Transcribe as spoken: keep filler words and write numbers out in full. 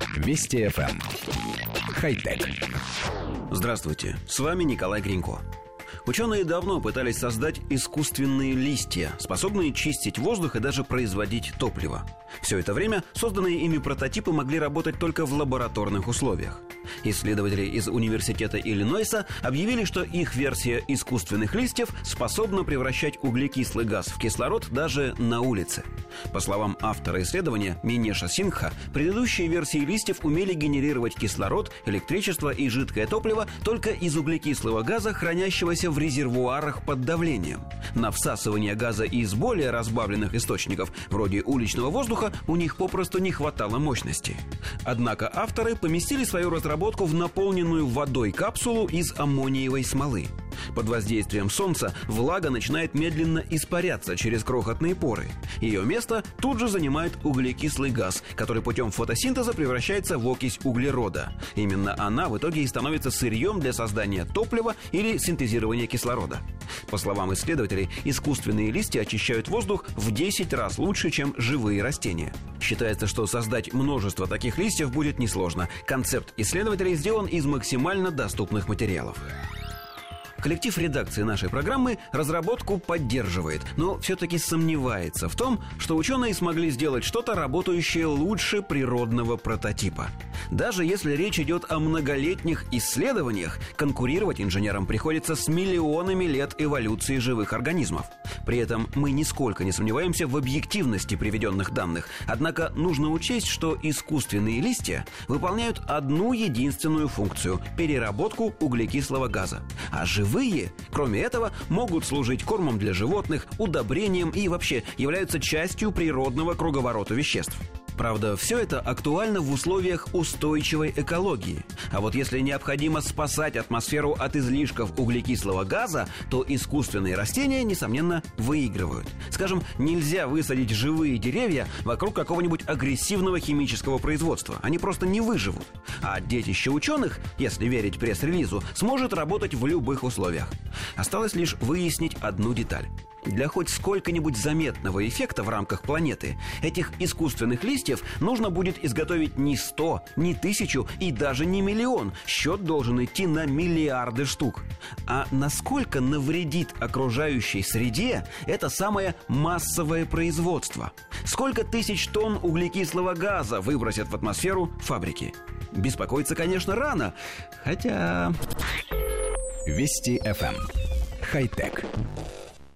Вести эф эм. Хай-тек. Здравствуйте, с вами Николай Гринько. Ученые давно пытались создать искусственные листья, способные чистить воздух и даже производить топливо. Все это время созданные ими прототипы могли работать только в лабораторных условиях. Исследователи из университета Иллинойса объявили, что их версия искусственных листьев способна превращать углекислый газ в кислород даже на улице. По словам автора исследования Минеша Сингха, предыдущие версии листьев умели генерировать кислород, электричество и жидкое топливо только из углекислого газа, хранящегося в резервуарах под давлением. На всасывание газа из более разбавленных источников, вроде уличного воздуха, у них попросту не хватало мощности. Однако авторы поместили свою разработку в наполненную водой капсулу из аммониевой смолы. Под воздействием солнца влага начинает медленно испаряться через крохотные поры. Ее место тут же занимает углекислый газ, который путем фотосинтеза превращается в окись углерода. Именно она в итоге и становится сырьем для создания топлива или синтезирования кислорода. По словам исследователей, искусственные листья очищают воздух в десять раз лучше, чем живые растения. Считается, что создать множество таких листьев будет несложно. Концепт исследователей сделан из максимально доступных материалов. Коллектив редакции нашей программы разработку поддерживает, но все-таки сомневается в том, что ученые смогли сделать что-то, работающее лучше природного прототипа. Даже если речь идет о многолетних исследованиях, конкурировать инженерам приходится с миллионами лет эволюции живых организмов. При этом мы нисколько не сомневаемся в объективности приведенных данных. Однако нужно учесть, что искусственные листья выполняют одну единственную функцию – переработку углекислого газа. А живые, кроме этого, могут служить кормом для животных, удобрением и вообще являются частью природного круговорота веществ. Правда, все это актуально в условиях устойчивой экологии. А вот если необходимо спасать атмосферу от излишков углекислого газа, то искусственные растения, несомненно, выигрывают. Скажем, нельзя высадить живые деревья вокруг какого-нибудь агрессивного химического производства. Они просто не выживут. А детище ученых, если верить пресс-релизу, сможет работать в любых условиях. Осталось лишь выяснить одну деталь. Для хоть сколько-нибудь заметного эффекта в рамках планеты этих искусственных листьев нужно будет изготовить не сто, не тысячу и даже не миллион. Счет должен идти на миллиарды штук. А насколько навредит окружающей среде это самое массовое производство? Сколько тысяч тонн углекислого газа выбросят в атмосферу фабрики? Беспокоиться, конечно, рано, хотя... Вести эф эм. Хай-тек.